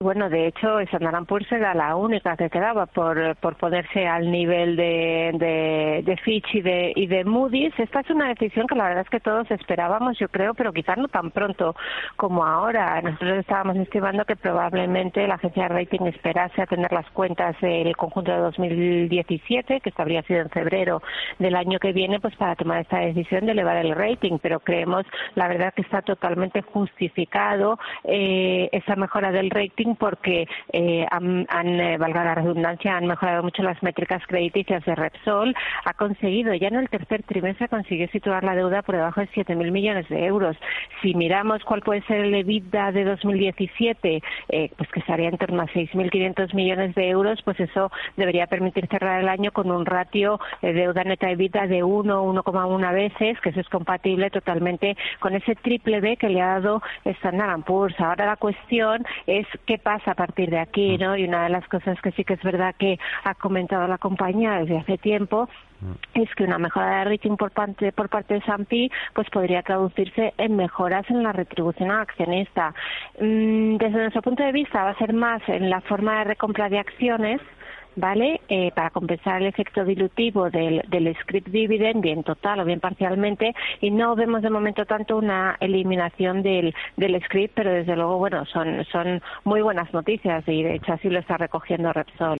Bueno, de hecho, Standard & Poor's era la única que quedaba por ponerse al nivel de Fitch y de Moody's. Esta es una decisión que la verdad es que todos esperábamos, yo creo, pero quizás no tan pronto como ahora. Nosotros estábamos estimando que probablemente la agencia de rating esperase a tener las cuentas del conjunto de 2017, que esto habría sido en febrero del año que viene, pues para tomar esta decisión de elevar el rating, pero creemos, la verdad, que está totalmente justificado esa mejora del rating porque valga la redundancia, han mejorado mucho las métricas crediticias de Repsol. Ha conseguido, ya en el tercer trimestre, consiguió situar la deuda por debajo de 7.000 millones de euros. Si miramos cuál puede ser el EBITDA de 2017, pues que estaría en torno a 6.500 millones de euros, pues eso debería permitir cerrar el año con un ratio de deuda neta EBITDA de 1,1 veces, que eso es compatible totalmente con ese triple B que le ha dado Standard & Poor's. Ahora la cuestión es qué pasa a partir de aquí, ¿no? Y una de las cosas que sí que es verdad que ha comentado la compañía desde hace tiempo es que una mejora de rating por parte de S&P pues podría traducirse en mejoras en la retribución al accionista. Desde nuestro punto de vista va a ser más en la forma de recompra de acciones, ¿vale? Para compensar el efecto dilutivo del scrip dividend, bien total o bien parcialmente, y no vemos de momento tanto una eliminación del scrip, pero desde luego, bueno, son muy buenas noticias y de hecho así lo está recogiendo Repsol.